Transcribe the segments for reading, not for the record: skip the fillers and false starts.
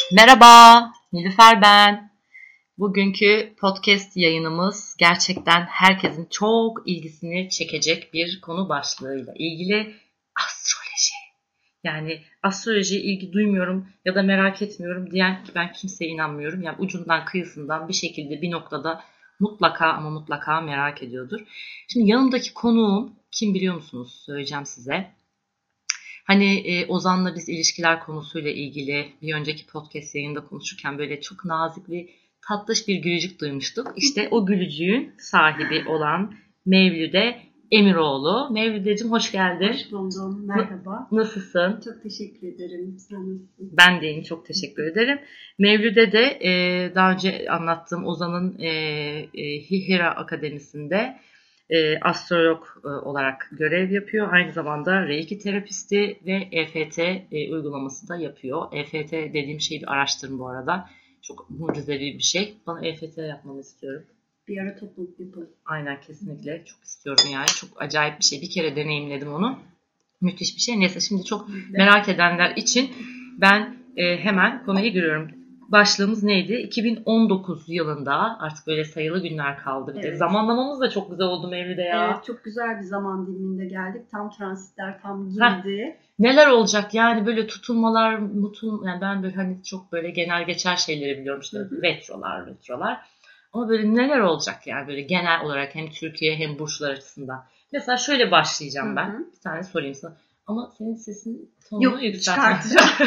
Merhaba, Nilüfer ben. Bugünkü podcast yayınımız gerçekten herkesin çok ilgisini çekecek bir konu başlığıyla ilgili astroloji. Yani astrolojiye ilgi duymuyorum ya da merak etmiyorum diyen ben kimseye inanmıyorum. Yani ucundan kıyısından bir şekilde bir noktada mutlaka ama mutlaka merak ediyordur. Şimdi yanımdaki konuğum kim biliyor musunuz? Söyleyeceğim size. Hani Ozan'la biz ilişkiler konusuyla ilgili bir önceki podcast yayında konuşurken böyle çok nazik bir tatlış bir gülücük duymuştuk. İşte o gülücüğün sahibi olan Mevlüde Emiroğlu. Mevlüdeciğim hoş geldin. Hoş buldum. Merhaba. Nasılsın? Çok teşekkür ederim. Sen nasılsın? Ben de iyiyim. Çok teşekkür ederim. Mevlüde de daha önce anlattığım Ozan'ın Hira Akademisi'nde astrolog olarak görev yapıyor. Aynı zamanda Reiki terapisti ve EFT uygulaması da yapıyor. EFT dediğim şeyi bir araştırın bu arada. Çok mucizevi bir şey. Bana EFT yapmanı istiyorum. Bir ara topluluk yapalım. Aynen, kesinlikle. Çok istiyorum yani. Çok acayip bir şey. Bir kere deneyimledim onu. Müthiş bir şey. Neyse, şimdi çok merak edenler için ben hemen konuya giriyorum. Başlığımız neydi? 2019 yılında artık böyle sayılı günler kaldı. Bir de zamanlamamız da çok güzel oldu Mevlüde ya. Evet, çok güzel bir zaman diliminde geldik. Tam transitler tam girdi. Neler olacak yani, böyle tutulmalar, yani ben böyle hani çok böyle genel geçer şeyleri biliyorum, işte retrolar. Ama böyle neler olacak yani böyle genel olarak hem Türkiye hem burçlar açısından. Mesela şöyle başlayacağım ben. Bir tane sorayım sana. Ama senin sesin tonunu yükseltme.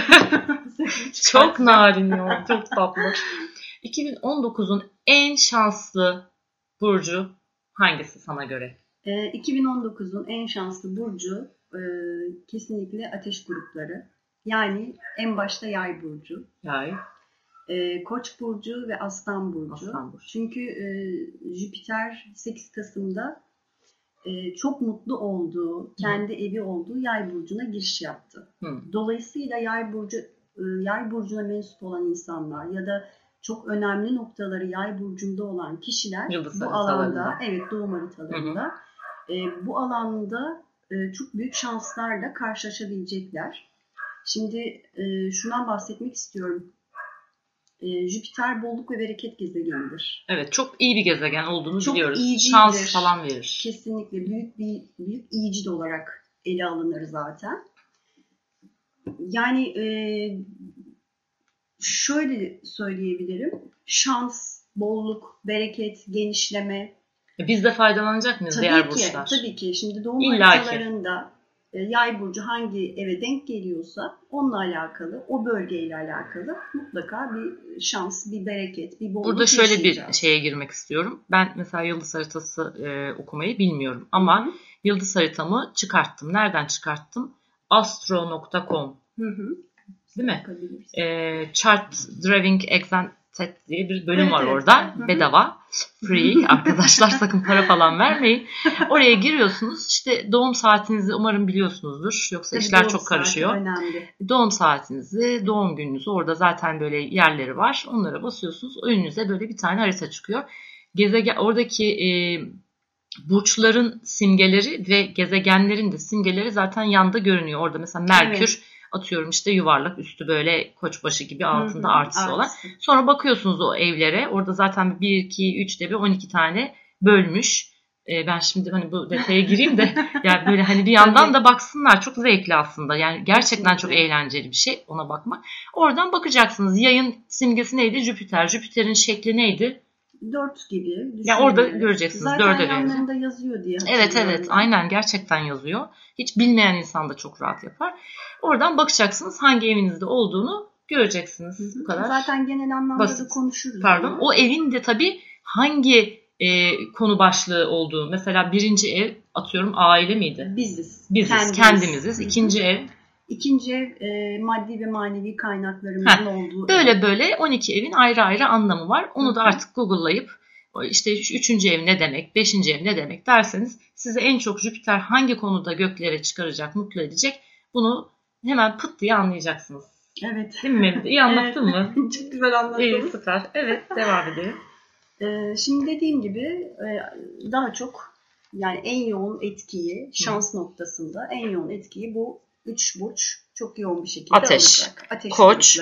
Çok narin ya. Çok tatlı. 2019'un en şanslı burcu hangisi sana göre? 2019'un en şanslı burcu kesinlikle ateş grupları. Yani en başta Yay burcu. Yay. Koç burcu ve Aslan burcu. Çünkü Jüpiter 8 Kasım'da çok mutlu olduğu, kendi evi olduğu Yay burcuna giriş yaptı. Dolayısıyla Yay burcuna mensup olan insanlar ya da çok önemli noktaları Yay burcunda olan kişiler bu alanda, doğum haritalarında bu alanda çok büyük şanslarla karşılaşabilecekler. Şimdi şundan bahsetmek istiyorum. Jüpiter bolluk ve bereket gezegenidir. Evet, çok iyi bir gezegen olduğunu çok biliyoruz. Iyicidir. Şans falan verir. Kesinlikle büyük iyicil olarak ele alınır zaten. Yani şöyle söyleyebilirim. Şans, bolluk, bereket, genişleme. Biz de faydalanacak mıyız diğer burçlar? Tabii ki. Şimdi doğum haritalarında Yay burcu hangi eve denk geliyorsa onunla alakalı, o bölgeyle alakalı mutlaka bir şans, bir bereket, bir bolluk burada şöyle bir şeye girmek istiyorum. Ben mesela yıldız haritası okumayı bilmiyorum ama yıldız haritamı çıkarttım. Nereden çıkarttım? Astro.com. Değil mi? Chart Driving Exam diye bir bölüm var orada. Bedava. Free. Arkadaşlar sakın para falan vermeyin. Oraya giriyorsunuz. İşte doğum saatinizi umarım biliyorsunuzdur. Yoksa işler çok karışıyor. Doğum saatinizi, doğum gününüzü, orada zaten böyle yerleri var. Onlara basıyorsunuz. Önünüze böyle bir tane harita çıkıyor. Oradaki burçların simgeleri ve gezegenlerin de simgeleri zaten yanda görünüyor. Orada mesela Merkür atıyorum işte yuvarlak, üstü böyle koçbaşı gibi, altında artısı olan. Sonra bakıyorsunuz o evlere. Orada zaten 1, 2, 3 de bir 12 tane bölmüş. Ben şimdi hani bu detaya gireyim de yani böyle hani bir yandan da baksınlar. Çok zevkli aslında. Yani gerçekten çok eğlenceli bir şey ona bakmak. Oradan bakacaksınız. Yayın simgesi neydi? Jüpiter. Jüpiter'in şekli neydi? 4 gibi. Ya orada göreceksiniz. Zaten yanlarında yazıyor diye hatırlıyorum. Evet. Aynen, gerçekten yazıyor. Hiç bilmeyen insan da çok rahat yapar. Oradan bakacaksınız, hangi evinizde olduğunu göreceksiniz. Bu kadar. Zaten genel anlamda da konuşuruz. Pardon. O evin de tabii hangi konu başlığı olduğu. Mesela birinci ev atıyorum aile miydi? Biziz. Kendimiziz. İkinci ev. İkinci ev maddi ve manevi kaynaklarımızın olduğu. Böyle 12 evin ayrı ayrı anlamı var. Onu da artık Google'layıp işte 3. ev ne demek, 5. ev ne demek derseniz size en çok Jüpiter hangi konuda göklere çıkaracak, mutlu edecek, bunu hemen pıt diye anlayacaksınız. Evet. Değil mi? İyi anlattın mı? Çok güzel anlattın. İyi, süper. Evet, devam edelim. Şimdi dediğim gibi daha çok yani en yoğun etkiyi şans noktasında en yoğun etkiyi bu 3 burç çok yoğun bir şekilde alacak. Ateş Koç, burçları.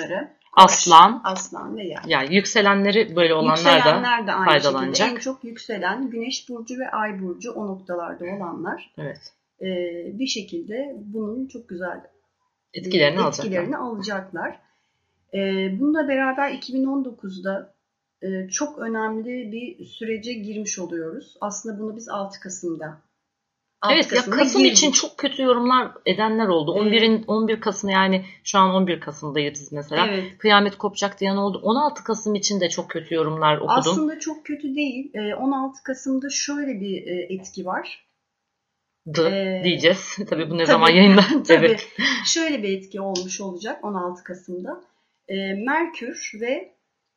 Aslan ve Yay. Yani yükselenleri böyle olanlar da aynı faydalanacak. En çok yükselen Güneş burcu ve Ay burcu o noktalarda olanlar. Evet. Bir şekilde bunun çok güzel etkilerini alacaklar. Bununla beraber 2019'da çok önemli bir sürece girmiş oluyoruz. Aslında bunu biz 6 Kasım'da Evet ya, Kasım için çok kötü yorumlar edenler oldu. 11 Kasım, yani şu an 11 Kasım'dayız mesela. Evet. Kıyamet kopacak diyen oldu. 16 Kasım için de çok kötü yorumlar okudum. Aslında çok kötü değil. 16 Kasım'da şöyle bir etki var. Diyeceğiz. Tabii bu ne zaman yayınlanır? Tabii. Evet. Şöyle bir etki olmuş olacak 16 Kasım'da. Merkür ve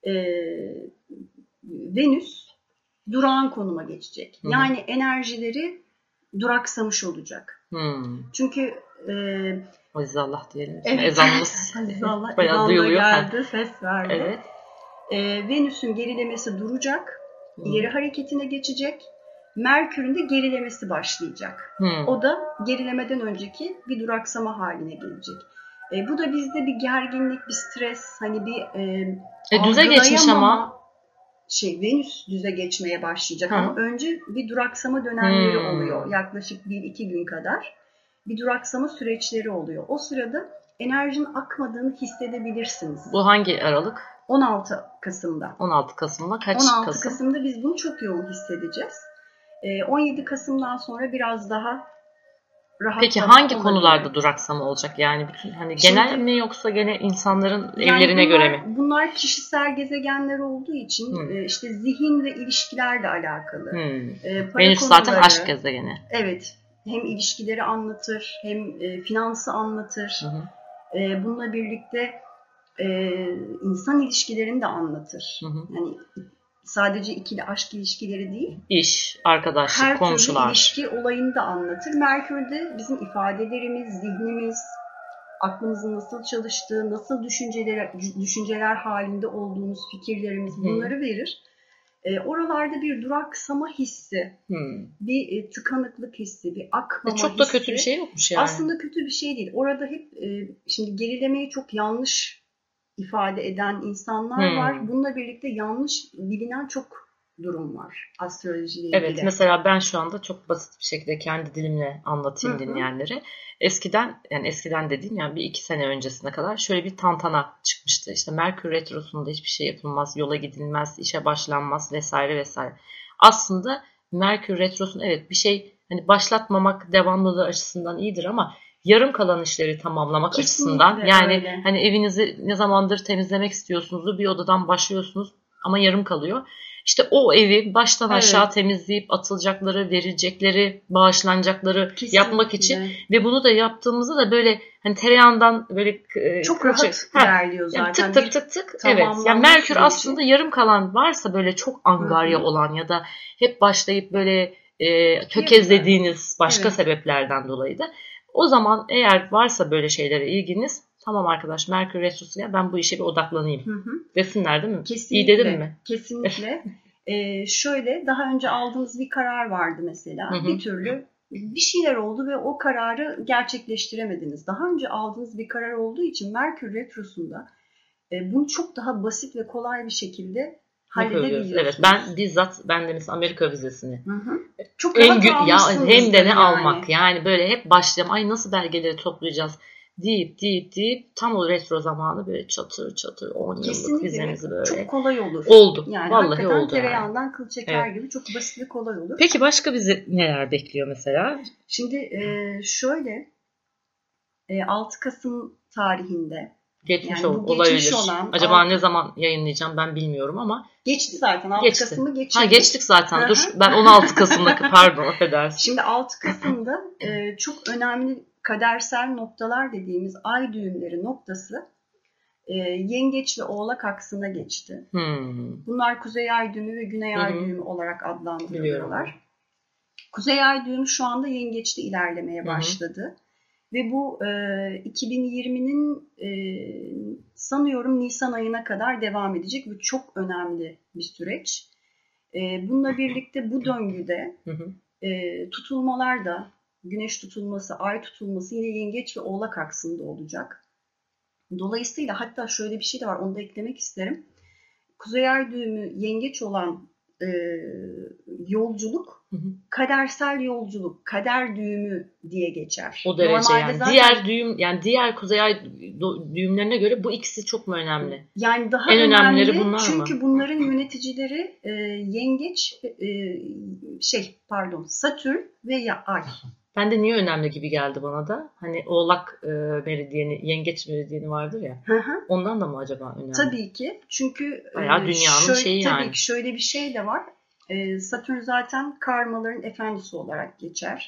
Venüs durağan konuma geçecek. Hı-hı. Yani enerjileri duraksamış olacak. Çünkü Azizallah diyelim. Evet. Ezanımız bayağı duyuluyor. Geldi, ses verdi. Evet. Venüs'ün gerilemesi duracak. İleri hareketine geçecek. Merkür'ün de gerilemesi başlayacak. O da gerilemeden önceki bir duraksama haline gelecek. Bu da bizde bir gerginlik, bir stres, hani bir düze geçmiş ama Venüs düze geçmeye başlayacak ama önce bir duraksama dönemleri oluyor. Yaklaşık 1-2 gün kadar bir duraksama süreçleri oluyor. O sırada enerjinin akmadığını hissedebilirsiniz. Bu hangi aralık? 16 Kasım'da. 16 Kasım'da kaç 16 Kasım? Kasım'da biz bunu çok yoğun hissedeceğiz. 17 Kasım'dan sonra biraz daha rahat. Peki hangi konularda duraksama olacak? Yani bütün genel mi yoksa gene insanların evlerine göre mi? Bunlar kişisel gezegenler olduğu için işte zihin ve ilişkilerle alakalı. Venüs zaten aşk gezegeni. Evet. Hem ilişkileri anlatır, hem finansı anlatır. Bununla birlikte insan ilişkilerini de anlatır. Yani sadece ikili aşk ilişkileri değil. İş, arkadaşlık, komşular. Her türlü ilişki olayını da anlatır. Merkür'de bizim ifadelerimiz, zihnimiz, aklımızın nasıl çalıştığı, nasıl düşünceler halinde olduğumuz fikirlerimiz, bunları verir. Oralarda bir duraksama hissi, bir tıkanıklık hissi, bir akmama hissi. Çok da kötü bir şey yokmuş yani. Aslında kötü bir şey değil. Orada hep şimdi gerilemeyi çok yanlış ifade eden insanlar var. Bununla birlikte yanlış bilinen çok durum var astrolojiyle ilgili. Evet, mesela ben şu anda çok basit bir şekilde kendi dilimle anlatayım dinleyenlere. Eskiden dediğim yani 1-2 sene öncesine kadar şöyle bir tantana çıkmıştı. İşte Merkür Retrosu'nda hiçbir şey yapılmaz, yola gidilmez, işe başlanmaz vesaire vesaire. Aslında Merkür Retrosu'nun bir şey başlatmamak devamlılığı açısından iyidir ama yarım kalan işleri tamamlamak açısından yani öyle. Evinizi ne zamandır temizlemek istiyorsunuz, bir odadan başlıyorsunuz ama yarım kalıyor. İşte o evi baştan aşağı temizleyip atılacakları, verilecekleri, bağışlanacakları yapmak için ve bunu da yaptığımızda da böyle tereyağından böyle çok rahat ilerliyor zaten. Yani tık. Evet. Yani Merkür aslında yarım kalan varsa böyle çok angarya olan ya da hep başlayıp böyle tökezlediğiniz başka sebeplerden dolayı da o zaman eğer varsa böyle şeylere ilginiz, tamam arkadaş Merkür Retrosu'ya ben bu işe bir odaklanayım desinler değil mi? Kesinlikle. İyi dedim mi? Kesinlikle. Şöyle daha önce aldığınız bir karar vardı mesela. Bir türlü bir şeyler oldu ve o kararı gerçekleştiremediniz. Daha önce aldığınız bir karar olduğu için Merkür Retrosu'nda bunu çok daha basit ve kolay bir şekilde halledebiliyorsunuz. Evet, ben de mesela Amerika vizesini çok rahat ya hem de ne almak yani böyle hep başlayalım ay nasıl belgeleri toplayacağız deyip tam o retro zamanı böyle çatır 10 yıllık vizemizi böyle. Çok kolay olur. Oldu. Yani vallahi hakikaten oldu. Tereyağından kıl çeker gibi çok basit ve kolay olur. Peki başka bizi neler bekliyor mesela? Şimdi şöyle 6 Kasım tarihinde geçmiş olabilir. Acaba ne zaman yayınlayacağım ben bilmiyorum ama. Geçti zaten. 6 Kasım'ı geçirdik. Geçtik zaten. Dur ben 16 Kasım'daki pardon affedersin. Şimdi 6 Kasım'da çok önemli kadersel noktalar dediğimiz ay düğümleri noktası Yengeç ve Oğlak aksına geçti. Bunlar Kuzey Ay düğümü ve Güney Ay düğümü olarak adlandırılıyorlar. Kuzey Ay düğümü şu anda Yengeç'te ilerlemeye başladı. Ve bu 2020'nin sanıyorum Nisan ayına kadar devam edecek ve çok önemli bir süreç. Bununla birlikte bu döngüde tutulmalar da Güneş tutulması, Ay tutulması yine Yengeç ve Oğlak aksında olacak. Dolayısıyla hatta şöyle bir şey de var, onu da eklemek isterim. Kuzey ay düğümü yengeç olan yolculuk kadersel yolculuk, kader düğümü diye geçer. O derece normalde yani. Zaten, diğer düğüm, yani diğer kuzey ay düğümlerine göre bu ikisi çok mu önemli? Yani daha önemlileri bunlar çünkü mı? Bunların yöneticileri yengeç, Satürn ve ay. Ben de niye önemli gibi geldi bana da. Hani Oğlak meridyeni, yengeç meridyeni vardır ya. Ondan da mı acaba önemli? Tabii ki. Çünkü bayağı dünyanın şeyi yani. Tabii ki şöyle bir şey de var. Satürn zaten karmaların efendisi olarak geçer.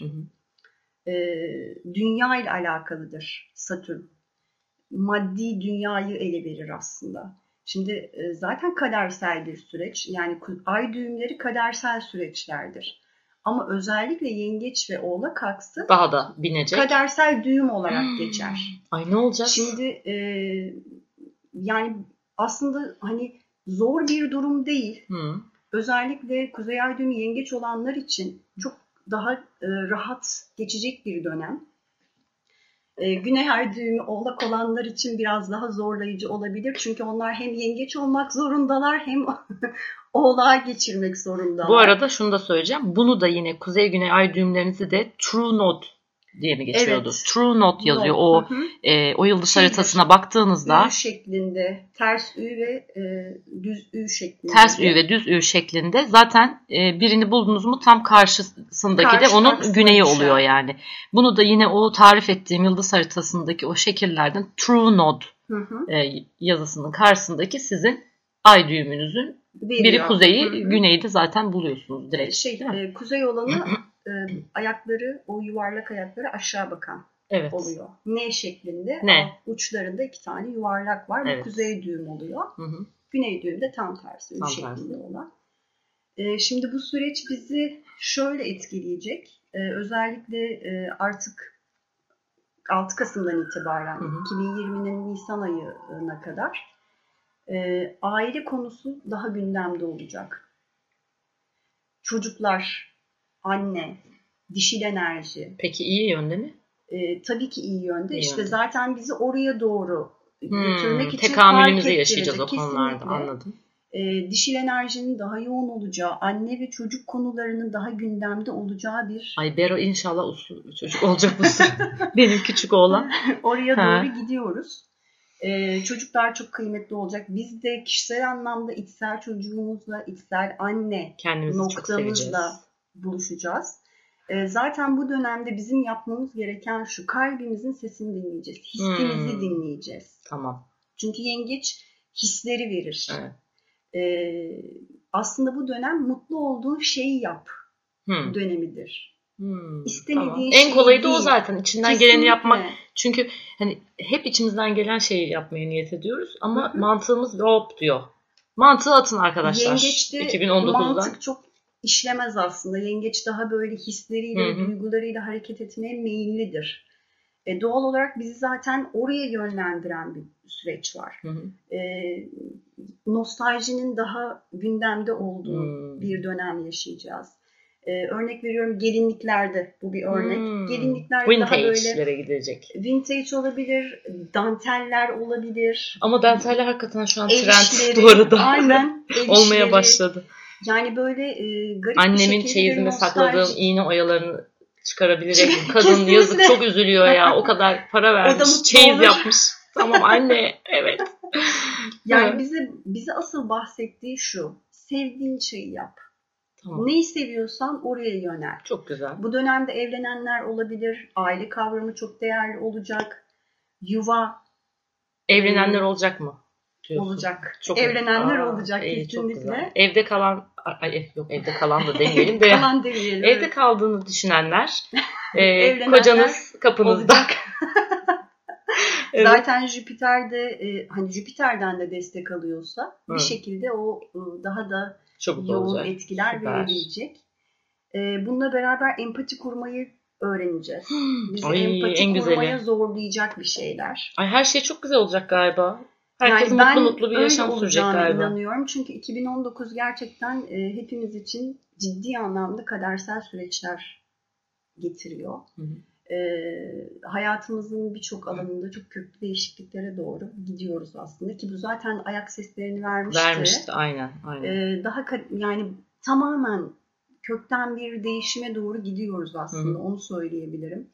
Dünya ile alakalıdır Satürn. Maddi dünyayı ele verir aslında. Şimdi zaten kadersel bir süreç. Yani ay düğümleri kadersel süreçlerdir. Ama özellikle yengeç ve oğlak aksı daha da binecek. Kadersel düğüm olarak geçer. Ay ne olacak? Şimdi yani aslında hani zor bir durum değil. Özellikle kuzey ay düğümü yengeç olanlar için çok daha rahat geçecek bir dönem. Güney ay düğümü oğlak olanlar için biraz daha zorlayıcı olabilir. Çünkü onlar hem yengeç olmak zorundalar hem oğlağa geçirmek zorundalar. Bu arada şunu da söyleyeceğim. Bunu da yine kuzey güney ay düğümlerinizi de True Node diye mi geçiyordu? Evet. True Node yazıyor. O yıldız haritasına baktığınızda Ü şeklinde, ters Ü ve düz Ü şeklinde. Ters Ü ve düz Ü şeklinde. Zaten birini buldunuz mu tam karşısındaki de onun güneyi oluyor yani. Bunu da yine o tarif ettiğim yıldız haritasındaki o şekillerden True Node yazısının karşısındaki sizin ay düğümünüzün biri kuzeyi, güneyi de zaten buluyorsunuz direkt. Kuzey olanı ayakları, o yuvarlak ayakları aşağı bakan oluyor. N şeklinde. Uçlarında 2 tane yuvarlak var. Bu kuzey düğüm oluyor. Güney düğüm de tam tersi. Tam şeklinde olan. Şimdi bu süreç bizi şöyle etkileyecek. Özellikle artık 6 Kasım'dan itibaren 2020'nin Nisan ayına kadar aile konusu daha gündemde olacak. Çocuklar, anne, dişil enerji. Peki iyi yönde mi? Tabii ki iyi yönde. İşte zaten bizi oraya doğru götürmek için tekamülümüzü yaşayacağız o konularda. Anladım. Dişil enerjinin daha yoğun olacağı, anne ve çocuk konularının daha gündemde olacağı bir... Ay Bero inşallah uslu çocuk olacak mısın? Benim küçük oğlan. Oraya doğru gidiyoruz. Çocuklar çok kıymetli olacak. Biz de kişisel anlamda içsel çocuğumuzla, içsel anne kendimizi noktamızla buluşacağız. Zaten bu dönemde bizim yapmamız gereken şu: kalbimizin sesini dinleyeceğiz. Hissimizi dinleyeceğiz. Tamam. Çünkü yengeç hisleri verir. Evet. Aslında bu dönem mutlu olduğun şeyi yap dönemidir. İstemediğin en kolayı da o zaten. İçinden geleni yapmak. Çünkü hani hep içimizden gelen şeyi yapmaya niyet ediyoruz ama mantığımız hop diyor. Mantığı atın arkadaşlar. Yengeçte 2019'dan. Mantık çok işlemez aslında. Yengeç daha böyle hisleriyle, duygularıyla hareket etmeye meyillidir. Doğal olarak bizi zaten oraya yönlendiren bir süreç var. Nostaljinin daha gündemde olduğu bir dönem yaşayacağız. Örnek veriyorum, gelinliklerde bu bir örnek. Gelinliklerde vintage daha böyle gidecek. Vintage olabilir, danteller olabilir. Ama danteller hakikaten şu an trend bu arada. Aynen. Olmaya başladı. Yani böyle garip annemin çeyizinde sakladığım iğne oyalarını çıkarabilirim. Kadın yazık çok üzülüyor ya. O kadar para vermiş, çeyiz yapmış. Tamam anne, evet. Yani bize asıl bahsettiği şu: sevdiğin şeyi yap. Tamam. Neyi seviyorsan oraya yönel. Çok güzel. Bu dönemde evlenenler olabilir. Aile kavramı çok değerli olacak. Yuva. Evlenenler olacak mı? Diyorsun. Olacak. Çok evlenenler olacak kesinlikle. Evde kalan, evde kalan da demeyelim de. Kalan demeyelim. Evde kaldığını düşünenler, kocanız kapınızda. Evet. Zaten Jüpiter'de hani Jüpiter'den de destek alıyorsa bir şekilde o daha da çok yoğun olacak. Etkiler verebilecek. Bununla beraber empati kurmayı öğreneceğiz. Bizi empati kurmaya zorlayacak bir şeyler. Ay her şey çok güzel olacak galiba. Herkes yani mutlu bir yaşam sürecek galiba. Ben inanıyorum. Çünkü 2019 gerçekten hepimiz için ciddi anlamda kadersel süreçler getiriyor. Hayatımızın birçok alanında çok köklü değişikliklere doğru gidiyoruz aslında ki bu zaten ayak seslerini vermişti. Aynen. Daha yani tamamen kökten bir değişime doğru gidiyoruz aslında. Onu söyleyebilirim.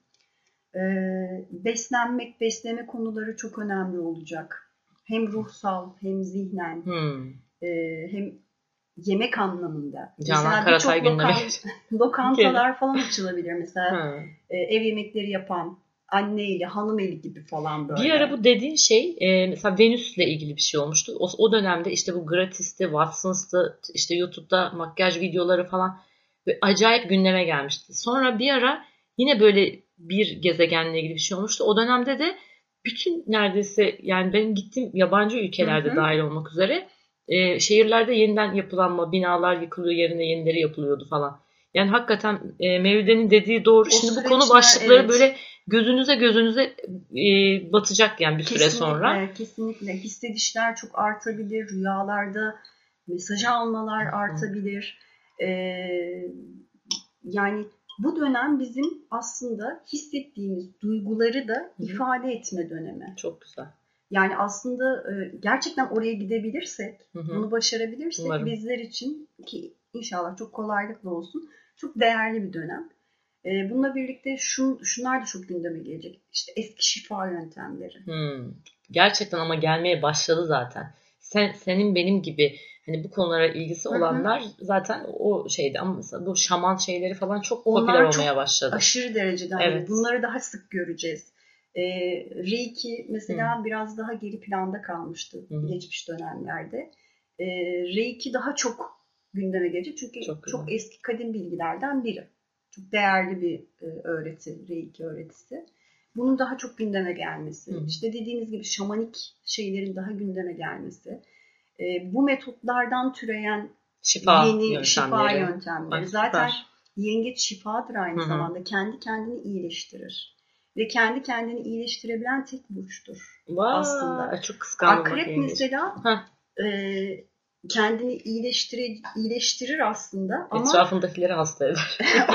Besleme konuları çok önemli olacak. Hem ruhsal hem zihnen hem yemek anlamında. Canan Karatay gündeme lokantalar falan açılabilir mesela. Ev yemekleri yapan anne eli, hanım eli gibi falan böyle. Bir ara bu dediğin şey mesela Venüs'le ilgili bir şey olmuştu. O dönemde işte bu Gratis'ti, Watsons'tı, işte YouTube'da makyaj videoları falan acayip gündeme gelmişti. Sonra bir ara yine böyle bir gezegenle ilgili bir şey olmuştu. O dönemde de bütün neredeyse yani benim gittiğim yabancı ülkelerde dahil olmak üzere şehirlerde yeniden yapılanma, binalar yıkılıyor, yerine yenileri yapılıyordu falan. Yani hakikaten Mevlüt'ün dediği doğru. Şimdi bu konu başlıkları böyle gözünüze batacak yani bir süre sonra. Kesinlikle. Hissedişler çok artabilir. Rüyalarda mesaj almalar artabilir. Yani bu dönem bizim aslında hissettiğimiz duyguları da ifade etme dönemi. Çok güzel. Yani aslında gerçekten oraya gidebilirsek, bunu başarabilirsek umarım bizler için ki inşallah çok kolaylıkla olsun çok değerli bir dönem. Bununla birlikte şunlar da çok gündeme gelecek. İşte eski şifa yöntemleri. Gerçekten ama gelmeye başladı zaten. Senin benim gibi hani bu konulara ilgisi olanlar zaten o şeydi ama mesela bu şaman şeyleri falan çok popüler olmaya başladı. Aşırı derecede. Evet. Bunları daha sık göreceğiz. Reiki mesela biraz daha geri planda kalmıştı geçmiş dönemlerde. Reiki daha çok gündeme gelecek çünkü çok eski kadim bilgilerden biri. Çok değerli bir öğreti, Reiki öğretisi. Bunun daha çok gündeme gelmesi, işte dediğiniz gibi şamanik şeylerin daha gündeme gelmesi, bu metotlardan türeyen yeni şifa yöntemleri. Zaten yengeç şifadır aynı zamanda. Kendi kendini iyileştirir. Ve kendi kendini iyileştirebilen tek burçtur aslında. Çok kıskandım. Akrep mesela kendini iyileştirir aslında. Etrafındakileri hasta eder.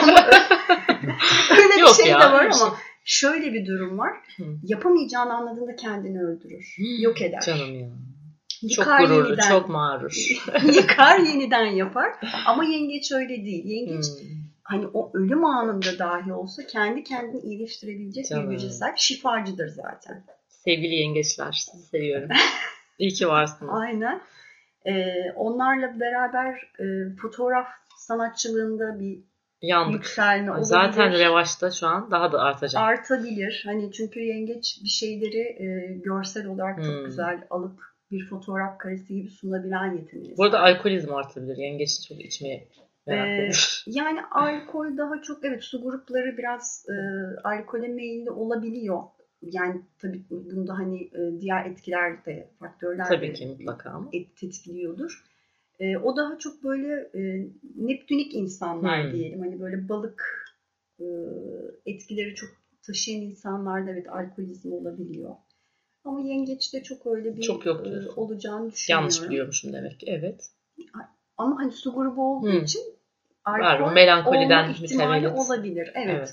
Öyle bir şey de var ama şöyle bir durum var. Yapamayacağını anladığında kendini öldürür. Yok eder. Canım ya. Yıkar çok gururlu, yeniden, çok mağrur. Yıkar yeniden yapar. Ama yengeç öyle değil. Yengeç hani o ölüm anında dahi olsa kendi kendini iyileştirebilecek bir güce sahip, şifacıdır zaten. Sevgili yengeçler, sizi seviyorum. İyi ki varsınız. Aynen. Onlarla beraber fotoğraf sanatçılığında bir yükselme olabilir. Zaten revaçta şu an daha da artacak. Artabilir. Hani çünkü yengeç bir şeyleri görsel olarak çok güzel alıp bir fotoğraf karesi gibi sunabilen yeteneği. Bu arada alkolizm artabilir. Yengeç çok içmeye merak edilir. Yani alkol daha çok su grupları biraz alkole meyilli olabiliyor. Yani tabii bunda hani diğer etkiler de faktörler tabii ki mutlaka tetikliyordur. O daha çok böyle Neptünik insanlar diyelim. Hani böyle balık etkileri çok taşıyan insanlarda alkolizm olabiliyor. Ama yengeçte çok öyle bir çok olacağını düşünüyorum. Yanlış biliyormuşum demek ki. Evet. Ama hani su grubu olduğu için alkol melankoliden olma ihtimali olabilir. Evet.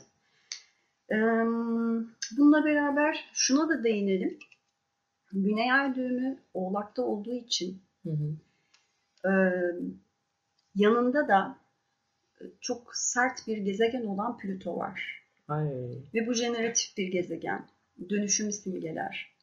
Bununla beraber şuna da değinelim. Güney ay düğümü Oğlak'ta olduğu için yanında da çok sert bir gezegen olan Plüto var. Ve bu jeneratif bir gezegen. Dönüşümü simgeler.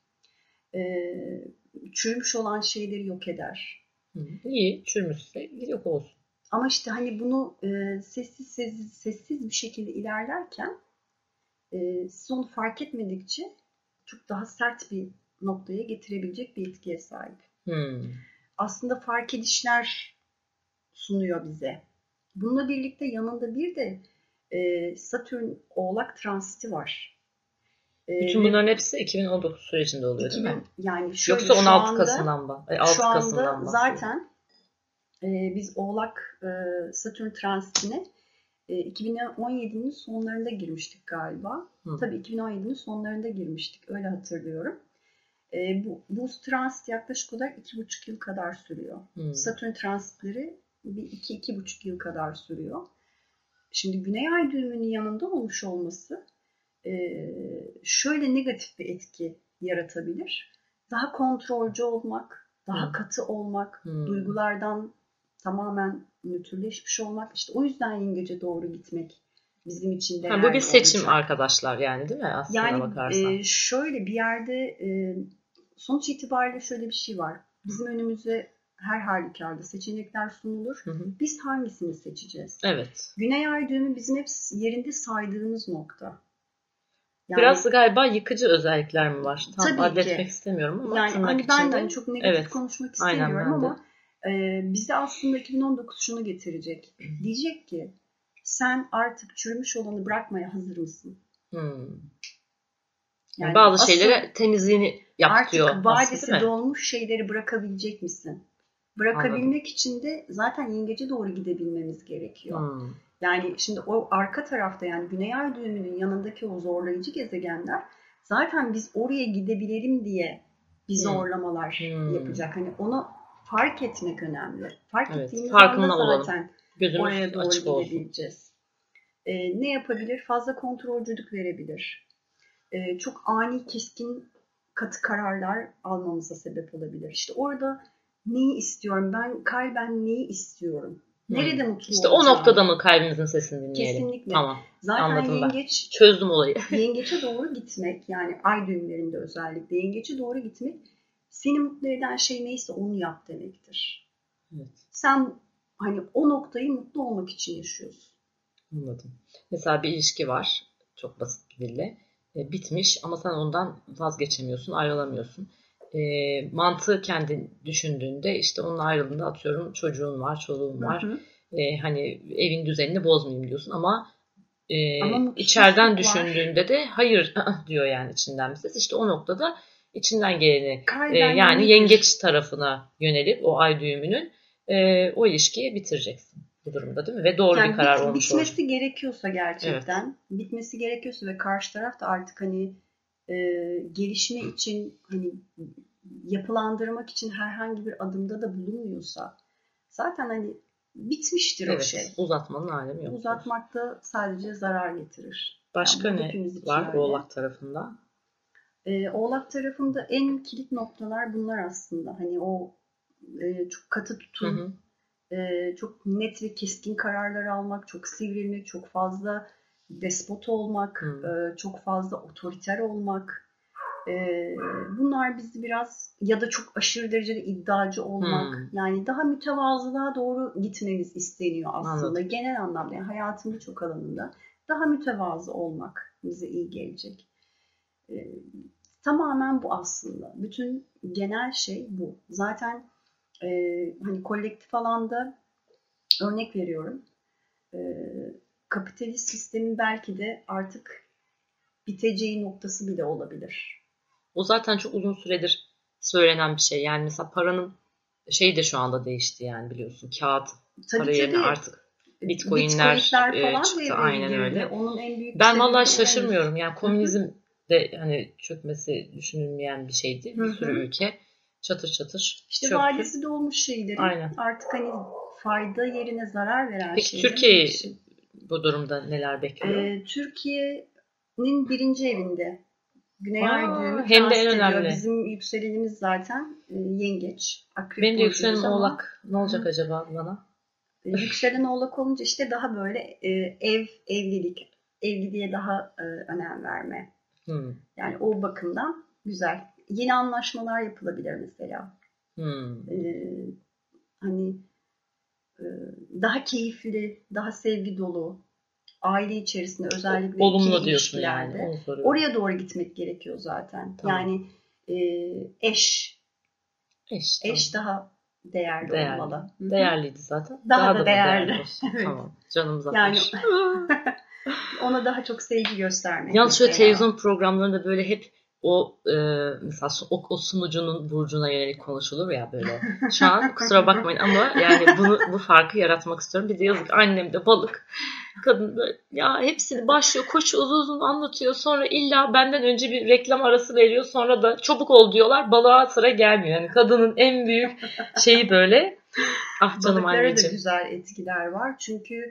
Çürümüş olan şeyleri yok eder. İyi, çürümüşse yok olsun. Ama işte hani bunu sessiz bir şekilde ilerlerken siz onu fark etmedikçe çok daha sert bir noktaya getirebilecek bir etkiye sahip. Aslında fark edişler sunuyor bize. Bununla birlikte yanında bir de Satürn Oğlak transiti var. Bütün bunların hepsi 2019 sürecinde oluyor değil mi? Yani yoksa 16 Kasım'dan mı? 6 şu anda Kasım'dan zaten biz Oğlak Satürn transitine 2017'nin sonlarında girmiştik galiba. Tabii 2017'nin sonlarında girmiştik. Öyle hatırlıyorum. Bu transit yaklaşık olarak 2,5 yıl kadar sürüyor. Satürn transitleri 2-2,5 yıl kadar sürüyor. Şimdi Güney Ay düğümünün yanında olmuş olması şöyle negatif bir etki yaratabilir. Daha kontrolcü olmak, daha katı olmak, duygulardan tamamen nötrleşmiş olmak. İşte o yüzden yengece doğru gitmek bizim için değerli bu bir seçim olacak. Arkadaşlar yani değil mi aslında bakarsan? Yani şöyle bir yerde sonuç itibariyle şöyle bir şey var. Bizim önümüze her halükarda seçenekler sunulur. Biz hangisini seçeceğiz? Evet. Güney ay düğümü bizim hep yerinde saydığımız nokta. Yani, biraz galiba yıkıcı özellikler mi var? Tam adletmek istemiyorum ama yani tırnak içinde. Ben çok negatif konuşmak istemiyorum ama bize aslında 2019 şunu getirecek. Diyecek ki sen artık çürümüş olanı bırakmaya hazır mısın? Yani bazı şeylere temizliğini yap diyor. Artık vadesi dolmuş şeyleri bırakabilecek misin? Bırakabilmek için de zaten yengece doğru gidebilmemiz gerekiyor. Yani şimdi o arka tarafta yani Güney Ay düğümünün yanındaki o zorlayıcı gezegenler zaten biz oraya gidebilelim diye bir zorlamalar yapacak. Hani onu fark etmek önemli. Fark ettiğimiz anda zaten oraya doğru gidebileceğiz. Ne yapabilir? Fazla kontrolcülük verebilir. Çok ani, keskin, katı kararlar almamıza sebep olabilir. İşte orada neyi istiyorum? Ben kalben neyi istiyorum? Nerede mutlu İşte olacağım? O noktada mı kalbimizin sesini dinleyelim? Kesinlikle. Tamam. Zaten anladım yengeç, ben. Çözdüm olayı. Yengeçe doğru gitmek, yani ay düğümlerinde özellikle yengeçe doğru gitmek, seni mutlu eden şey neyse onu yap demektir. Evet. Sen hani o noktayı mutlu olmak için yaşıyorsun. Anladım. Mesela bir ilişki var. Çok basit bir dille. Bitmiş ama sen ondan vazgeçemiyorsun, ayrılamıyorsun. Mantığı kendin düşündüğünde işte onunla ayrıldığında atıyorum çocuğun var, çoluğun var. Hani evin düzenini bozmayayım diyorsun ama içeriden düşündüğünde de hayır diyor yani içinden bir ses. İşte o noktada içinden geleni yani yengeç tarafına yönelip o ay düğümünün o ilişkiyi bitireceksin bu durumda değil mi? Ve doğru bir karar olmuş olacak. Bitmesi gerekiyorsa gerçekten, bitmesi gerekiyorsa ve karşı taraf da artık hani gelişme için hani yapılandırmak için herhangi bir adımda da bulunmuyorsa zaten hani bitmiştir o şey. Uzatmanın alemi yok. Uzatmak da sadece zarar getirir. Başka yani ne var öyle. Oğlak tarafında? Oğlak tarafında en kilit noktalar bunlar aslında. Hani o çok katı tutum, çok net ve keskin kararlar almak, çok sivrilmek, çok fazla despot olmak, çok fazla otoriter olmak. Bunlar bizi biraz ya da çok aşırı derecede iddiacı olmak. Yani daha mütevazılığa doğru gitmemiz isteniyor aslında. Anladım. Genel anlamda yani hayatın birçok alanında daha mütevazı olmak bize iyi gelecek. Tamamen bu aslında. Bütün genel şey bu. Zaten hani kolektif alanda örnek veriyorum. Kapitalist sistemin belki de artık biteceği noktası bile olabilir. O zaten çok uzun süredir söylenen bir şey. Yani mesela paranın şeyi de şu anda değişti yani biliyorsun. Kağıt para yerine artık Bitcoin'ler falan çıktı. Aynen öyle. Onun en büyük ben vallahi şaşırmıyorum. Yani komünizm de hani çökmesi düşünülmeyen bir şeydi. Bir sürü ülke çatır çatır İşte çöktü. Vadesi dolmuş şeylerin artık hani fayda yerine zarar veren Peki şeylerin. Peki Türkiye bu durumda neler bekliyor? Türkiye'nin birinci evinde Güney Ay düğümü hem de en önemli. Bizim yükselenimiz zaten yengeç. Akrep benim de yükselenim oğlak. Ne olacak acaba bana? Yükselen oğlak olunca işte daha böyle evliliğe daha önem verme. Yani o bakımdan güzel. Yeni anlaşmalar yapılabilir mesela. Hani daha keyifli, daha sevgi dolu, aile içerisinde özellikle olumlu diyorsun yani. Oraya doğru gitmek gerekiyor zaten. Tamam. Yani eş daha değerli olmalı. Değerliydi zaten. Daha da değerli. Evet. Tamam. Canımız atmış. Yani ona daha çok sevgi göstermek. Yalnız şöyle televizyon programlarında böyle hep o mesela o sunucunun burcuna yönelik konuşulur ya böyle. Şu an kusura bakmayın ama yani bu farkı yaratmak istiyorum. Bir de yazık annem de balık. Kadın böyle ya hepsini başlıyor koç uzun anlatıyor. Sonra illa benden önce bir reklam arası veriyor. Sonra da çabuk ol diyorlar. Balığa sıra gelmiyor. Yani kadının en büyük şeyi böyle. Ah canım balıklara anneciğim. da güzel etkiler var. Çünkü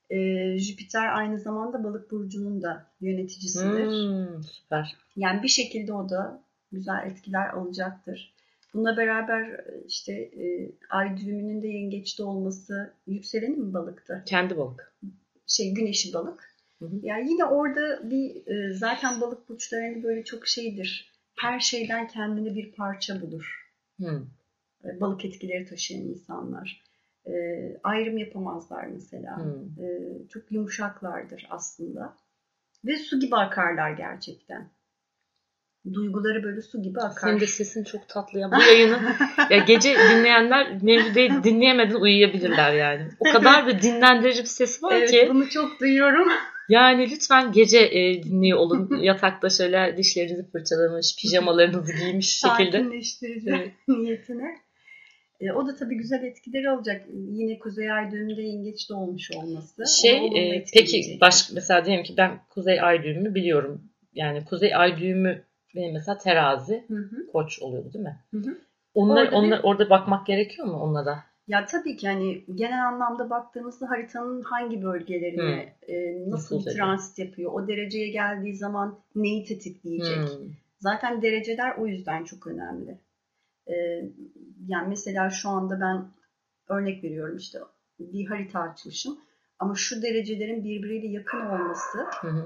Jüpiter aynı zamanda Balık burcunun da yöneticisidir. Süper. Yani bir şekilde o da güzel etkiler alacaktır. Bununla beraber işte ay düğümünün de yengeçte olması, yükselenin mi balıktı? Kendi balık. Güneşi balık. Yani yine orada bir zaten balık burçlarında böyle çok şeydir. Her şeyden kendine bir parça bulur. Balık etkileri taşıyan insanlar. Ayrım yapamazlar mesela. Çok yumuşaklardır aslında. Ve su gibi akarlar gerçekten. Duyguları böyle su gibi akar. Senin de sesin çok tatlı ya. Bu yayını ya gece dinleyenler Mevlüt'ü dinleyemeden uyuyabilirler yani. O kadar da dinlendirici bir sesi var ki. Evet, bunu çok duyuyorum. Yani lütfen gece dinliyor olun. Yatakta şöyle dişlerinizi fırçalamış, pijamalarınızı giymiş şekilde. Sakinleştirici niyetine. O da tabii güzel etkileri alacak. Yine Kuzey Ay düğümünde yengeçte olmuş olması. Peki mesela diyelim ki ben Kuzey Ay düğümü biliyorum. Yani Kuzey Ay düğümü benim mesela terazi, Koç oluyordu değil mi? Onlar orada bakmak gerekiyor mu onlara? Ya tabii ki hani genel anlamda baktığımızda haritanın hangi bölgelerine nasıl bir transit yapıyor, o dereceye geldiği zaman neyi tetikleyecek. Zaten dereceler o yüzden çok önemli. Yani mesela şu anda ben örnek veriyorum işte bir harita açmışım ama şu derecelerin birbiriyle yakın olması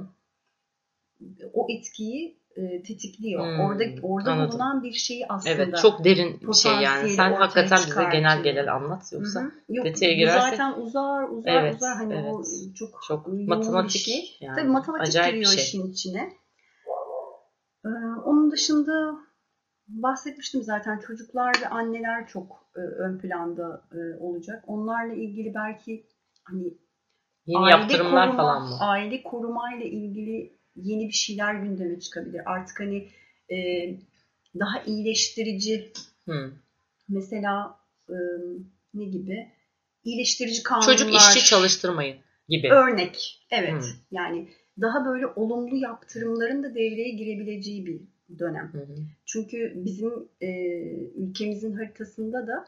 o etkiyi tetikliyor. Orada bulunan bir şeyi aslında. Evet, çok derin bir şey yani. Sen hakikaten bize genel anlat yoksa detaya girersek. Zaten uzar hani o çok matematik bir şey. Yani. Tabii matematik acayip giriyor şey. işin içine. Onun dışında bahsetmiştim zaten çocuklar ve anneler çok ön planda olacak. Onlarla ilgili belki hani yeni yaptırımlar falan mı? Aile korumayla ilgili yeni bir şeyler gündeme çıkabilir. Artık hani daha iyileştirici mesela ne gibi? İyileştirici kanunlar. Çocuk işçi çalıştırmayın gibi. Örnek. Evet. Yani daha böyle olumlu yaptırımların da devreye girebileceği bir dönem. Çünkü bizim ülkemizin haritasında da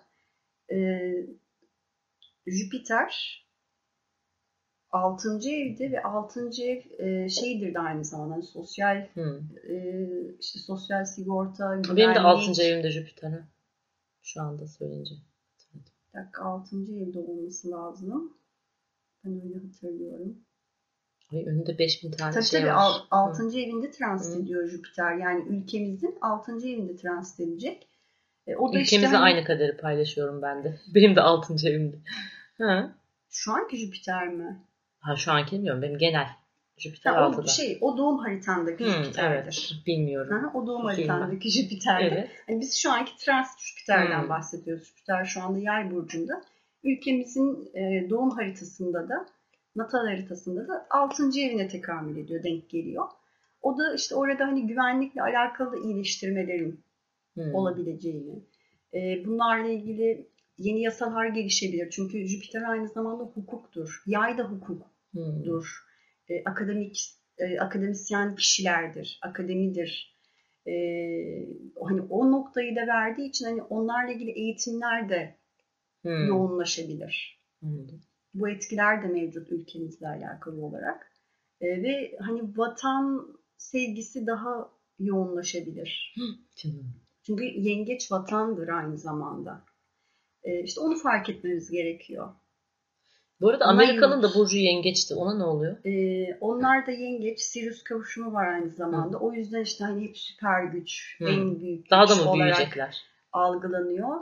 Jüpiter 6. evde ve 6. ev şeydir de aynı zamanda sosyal işte sosyal sigorta, güvenlik. Benim de 6. evimde Jüpiter. Şu anda söyleyince. Bir dakika 6. evde olması lazım. Ben öyle hatırlıyorum. Ay, önünde 5000 tane tabii, şey var. 6. evinde transit ediyor Jüpiter. Yani ülkemizin 6. evinde transit edecek. O da ülkemizle işte aynı kaderi paylaşıyorum ben de. Benim de 6. evimde. Şu anki Jüpiter mi? Şu anki bilmiyorum. Benim genel. Jüpiter 6'da. O doğum haritandaki Jüpiter'dir. Evet, bilmiyorum. O doğum haritandaki Jüpiter'dir. Evet. Yani biz şu anki transit Jüpiter'den bahsediyoruz. Jüpiter şu anda Yay burcunda. Ülkemizin doğum haritasında da, natal haritasında da 6. evine tekamül ediyor, denk geliyor. O da işte orada hani güvenlikle alakalı iyileştirmelerin olabileceğini, bunlarla ilgili yeni yasalar gelişebilir. Çünkü Jüpiter aynı zamanda hukuktur. Yay da hukuktur. Akademisyen kişilerdir, akademidir. Hani o noktayı da verdiği için hani onlarla ilgili eğitimler de yoğunlaşabilir. Bu etkiler de mevcut ülkemizle alakalı olarak. Ve hani vatan sevgisi daha yoğunlaşabilir. Çünkü yengeç vatandır aynı zamanda. İşte onu fark etmemiz gerekiyor. Bu arada Amerika'nın da burcu yengeçti. Ona ne oluyor? Onlar da yengeç. Sirius kavuşumu var aynı zamanda. O yüzden işte hani hep süper güç, en büyük daha güç da mı olarak büyüyecekler? Algılanıyor.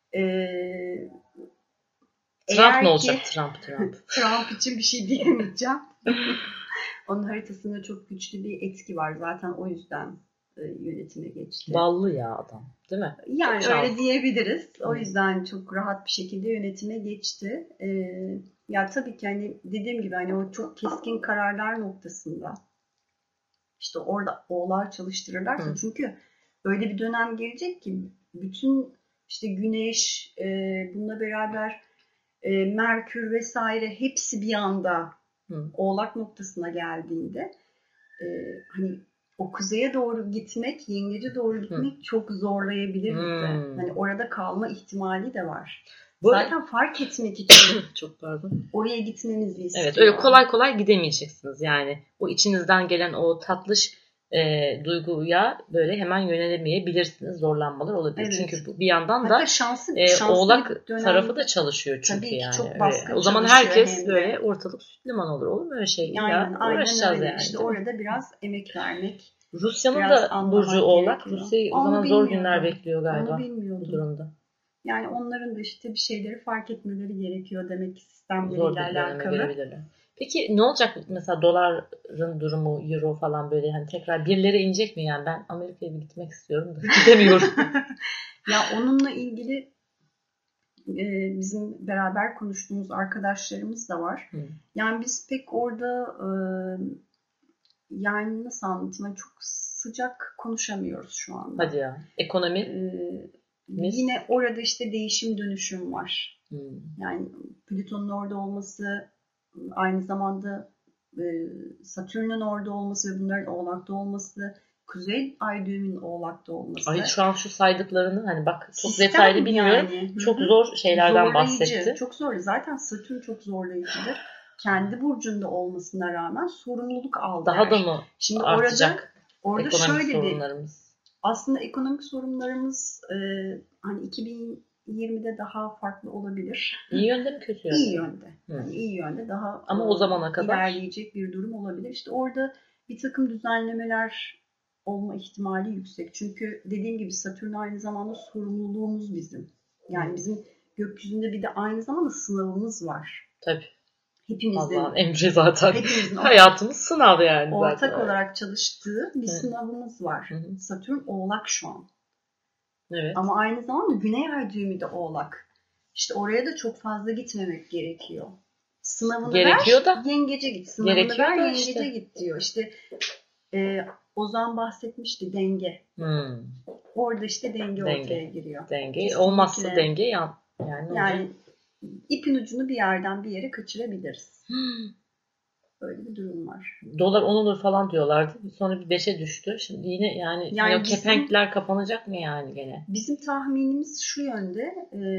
Trump ne olacak? Trump. Trump için bir şey diyemeyeceğim. Onun haritasında çok güçlü bir etki var. Zaten o yüzden yönetime geçti. Ballı ya adam, değil mi? Yani çok öyle diyebiliriz. O yüzden çok rahat bir şekilde yönetime geçti. Ya tabii ki hani dediğim gibi hani o çok keskin kararlar noktasında işte orada oğlar çalıştırırlarsa çünkü öyle bir dönem gelecek ki bütün işte Güneş bununla beraber Merkür vesaire hepsi bir anda Oğlak noktasına geldiğinde hani o kuzeye doğru gitmek, yengece doğru gitmek çok zorlayabilir bizi. Hani orada kalma ihtimali de var. Zaten fark etmek için çok pardon. Oraya gitmenizi istiyor. Evet, öyle kolay kolay gidemeyeceksiniz. Yani o içinizden gelen o tatlış duyguya böyle hemen yönelemeyebilirsiniz. Zorlanmalar olabilir. Evet. Çünkü bir yandan hatta da şanslı Oğlak tarafı da çalışıyor çünkü. Tabii ki yani. çok baskın o zaman herkes böyle ortalık süt liman olur. Olur mu öyle şey? Aynen uğraşacağız öyle. yani. İşte orada biraz emek vermek. Rusya'nın da burcu Oğlak. Rusya'yı o zaman zor günler bekliyor galiba. Onu bilmiyordum. Bu durumda. Yani onların da işte bir şeyleri fark etmeleri gerekiyor demek ki sistemleriyle alakalı. Peki ne olacak mesela doların durumu, euro falan böyle hani tekrar birlere inecek mi yani? Ben Amerika'ya gitmek istiyorum da gidemiyorum. Ya onunla ilgili bizim beraber konuştuğumuz arkadaşlarımız da var. Yani biz pek orada yani nasıl anlatayım? Yani çok sıcak konuşamıyoruz şu anda. Hadi ya. Ekonomi? Yine orada işte değişim dönüşüm var. Yani Plüton'un orada olması, aynı zamanda Satürn'ün orada olması ve bunların Oğlak'ta olması, Kuzey Ay düğümünün Oğlak'ta olması. Ay şu an şu saydıklarını hani bak çok sistem detaylı bilmiyorum. Yani. Çok zor şeylerden bahsetti. Çok zor. Zaten Satürn çok zorlayıcıdır. Kendi burcunda olmasına rağmen sorumluluk aldı. Daha da mı şimdi artacak orada ekonomik sorunlarımız? Aslında ekonomik sorunlarımız hani 2020'de daha farklı olabilir. İyi yönde mi kötü yönde? İyi yönde. Yani iyi yönde daha ama o zamana kadar ilerleyecek bir durum olabilir. İşte orada bir takım düzenlemeler olma ihtimali yüksek. Çünkü dediğim gibi Satürn aynı zamanda sorumluluğumuz bizim. Yani bizim gökyüzünde bir de aynı zamanda sınavımız var. Tabii. Hepimizin. Allah'ın emri zaten. Hayatımız sınav yani. Ortak zaten. olarak çalıştığı bir sınavımız var. Satürn Oğlak şu an. Evet. Ama aynı zamanda Güney Ay düğümü de Oğlak. İşte oraya da çok fazla gitmemek gerekiyor. Sınavını gerekiyor ver, yengece git. Sınavını ver, yengece git diyor. İşte Ozan bahsetmişti denge. Orada işte denge ortaya giriyor. Denge. Kesinlikle. Olmazsa denge yani ipin ucunu bir yerden bir yere kaçırabiliriz. Böyle bir durum var. Dolar 10 olur falan diyorlardı. Sonra bir 5'e düştü. Şimdi yine yani kepenkler kapanacak mı yani gene? Bizim tahminimiz şu yönde.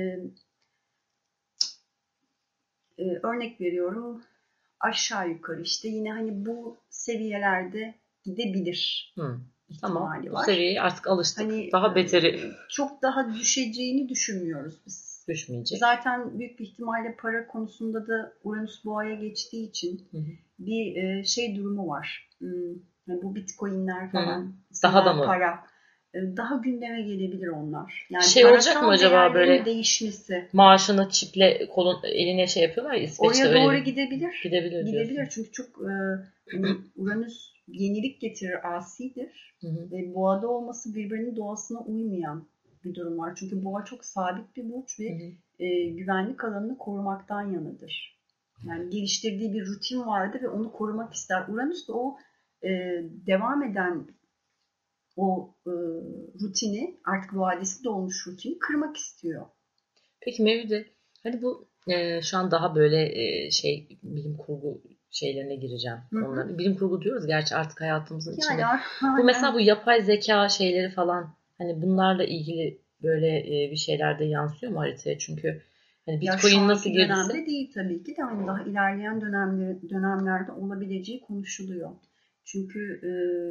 Örnek veriyorum. Aşağı yukarı işte yine hani bu seviyelerde gidebilir. Tamam. Bu seviyeye artık alıştık. Hani, daha beteri. Çok daha düşeceğini düşünmüyoruz biz. Düşmeyecek. Zaten büyük bir ihtimalle para konusunda da Uranüs Boğa'ya geçtiği için bir şey durumu var. Yani bu Bitcoin'ler falan. Daha da mı? Para. Daha gündeme gelebilir onlar. Yani şey olacak mı acaba böyle değişmesi. Maaşını çiple eline şey yapıyorlar ya İsveç'te oraya doğru öyle. Gidebilir diyorsun. Çünkü çok Uranüs yenilik getirir, asidir. Ve boğada olması birbirinin doğasına uymayan bir durum var. Çünkü boğa çok sabit bir burç ve güvenlik alanını korumaktan yanıdır. Yani geliştirdiği bir rutin vardı ve onu korumak ister. Uranüs de o devam eden o rutini, artık vadesi dolmuş rutini kırmak istiyor. Peki Mevlüt'e hani bu şu an daha böyle bilim kurgu şeylerine gireceğim. Onları. Bilim kurgu diyoruz gerçi artık hayatımızın içinde. Bu mesela bu yapay zeka şeyleri falan hani bunlarla ilgili böyle bir şeyler de yansıyor mu haritaya? Çünkü hani Bitcoin nasıl girdiyse. Dönemde değil tabii ki de hani daha ilerleyen dönemlerde olabileceği konuşuluyor. Çünkü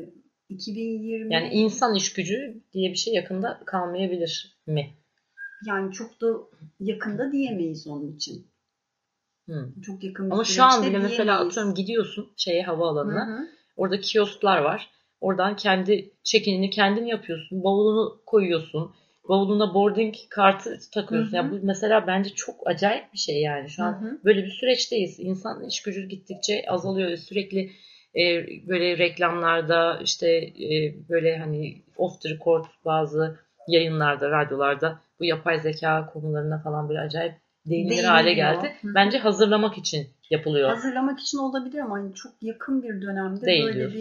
2020 yani insan iş gücü diye bir şey yakında kalmayabilir mi? Yani çok da yakında diyemeyiz onun için. Çok yakın bir ama şu an bile mesela atıyorum gidiyorsun havaalanına. Orada kiosklar var. Oradan kendi check-in'ini kendin yapıyorsun. Bavulunu koyuyorsun. Bavuluna boarding kartı takıyorsun. Yani bu mesela bence çok acayip bir şey yani. Şu an böyle bir süreçteyiz. İnsan iş gücü gittikçe azalıyor. Sürekli böyle reklamlarda işte böyle hani off the record bazı yayınlarda, radyolarda bu yapay zeka konularına falan böyle acayip değinilir hale geldi. Bence hazırlamak için yapılıyor. Hazırlamak için olabilir ama hani çok yakın bir dönemde değil böyle diyorsun.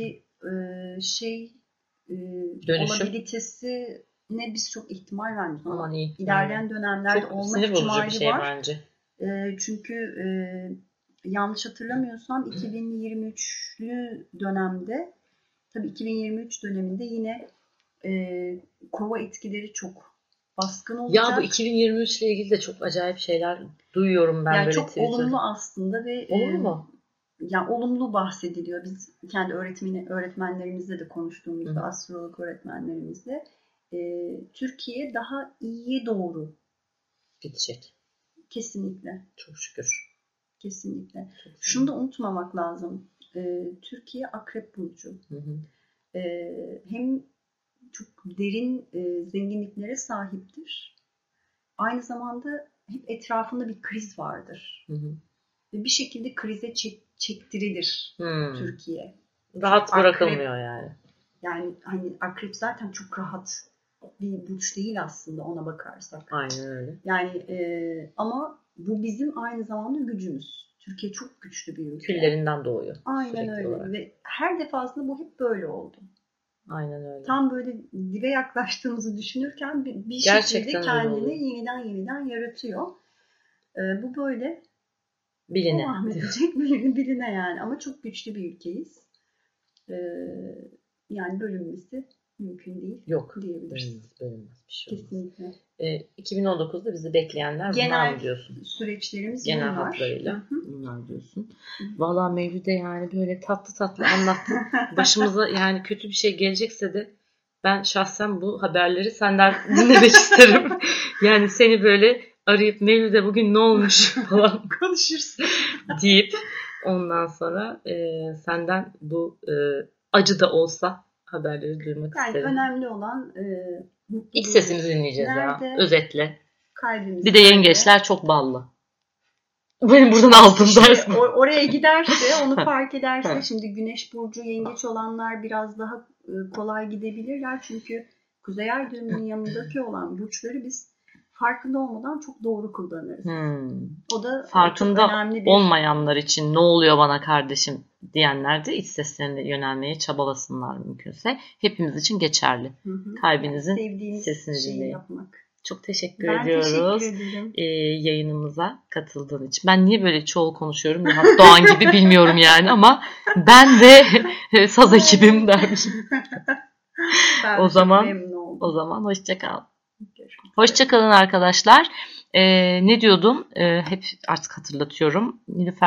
Bir olabilitesine biz çok ihtimal vermiyoruz. Ama ilerleyen dönemlerde çok olma ihtimali bir şey var. Bence. Çünkü yanlış hatırlamıyorsam 2023'lü dönemde tabii 2023 döneminde yine kova etkileri çok baskın olacak. Ya bu 2023 ile ilgili de çok acayip şeyler duyuyorum ben yani böyle çok Twitter'da. olumlu aslında ve Olumlu mu? Yani olumlu bahsediliyor. Biz kendi öğretmenlerimizle de konuştuğumuzda, astrolog öğretmenlerimizle Türkiye daha iyiye doğru gidecek. Kesinlikle. Çok şükür. Kesinlikle. Şunu da unutmamak lazım. Türkiye Akrep Burcu. Hem çok derin zenginliklere sahiptir. Aynı zamanda hep etrafında bir kriz vardır. Ve bir şekilde krize çektirilir Türkiye. Rahat bırakılmıyor yani. Yani hani Akrep zaten çok rahat bir burç değil aslında ona bakarsak. Aynen öyle. Yani ama bu bizim aynı zamanda gücümüz. Türkiye çok güçlü bir ülke. Küllerinden doğuyor. Aynen öyle. Olarak. Ve her defasında bu hep böyle oldu. Aynen öyle. Tam böyle dibe yaklaştığımızı düşünürken bir şekilde kendini yeniden yaratıyor. Bu böyle devam edecek biline yani. Ama çok güçlü bir ülkeyiz. Yani bölünmesi mümkün değil. Yok. Diyebiliriz. Bölünmez bir şey olmaz. Kesinlikle. 2019'da bizi bekleyenler bunlar mı diyorsun? Süreçlerimiz genel bunlar. hatlarıyla bunlar diyorsun. Vallahi Mevlüt'e yani böyle tatlı anlattın. Başımıza yani kötü bir şey gelecekse de ben şahsen bu haberleri senden dinlemek isterim. Yani seni böyle arayıp Mevlüt'e bugün ne olmuş falan konuşuruz deyip ondan sonra senden bu acı da olsa haberleri duymak isterim. Önemli olan İlk sesimizi dinleyeceğiz ya. Özetle. Kalbimiz. Bir de yengeçler çok ballı. Benim buradan aldığım ders mi? Oraya giderse, onu fark ederse, şimdi Güneş burcu yengeç olanlar biraz daha kolay gidebilirler. Çünkü Kuzey Ay düğümünün yanındaki olan burçları biz farkında olmadan çok doğru kullanırız. O da farkında olmayanlar için ne oluyor bana kardeşim diyenler de iç seslerine yönelmeye çabalasınlar mümkünse. Hepimiz için geçerli. Kalbinizin sesini dinleyin. Yapmak. Çok teşekkür ediyoruz. Teşekkür ederim. Yayınımıza katıldığın için. Ben niye böyle çoğul konuşuyorum? Nihat Doğan gibi bilmiyorum yani ama ben de saz ekibim dermişim. O zaman hoşça kal. Hoşça kalın arkadaşlar. Ne diyordum? Hep artık hatırlatıyorum.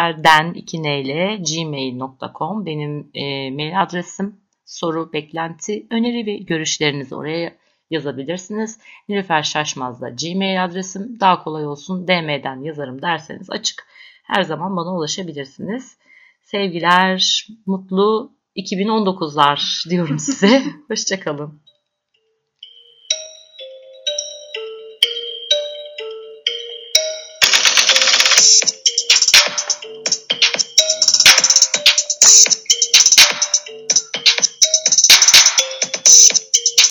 nilüferden2n@gmail.com benim mail adresim. Soru, beklenti, öneri ve görüşlerinizi oraya yazabilirsiniz. Nilüfer Şaşmaz'da Gmail adresim. Daha kolay olsun DM'den yazarım derseniz açık. Her zaman bana ulaşabilirsiniz. Sevgiler, mutlu 2019'lar diyorum size. Hoşça kalın.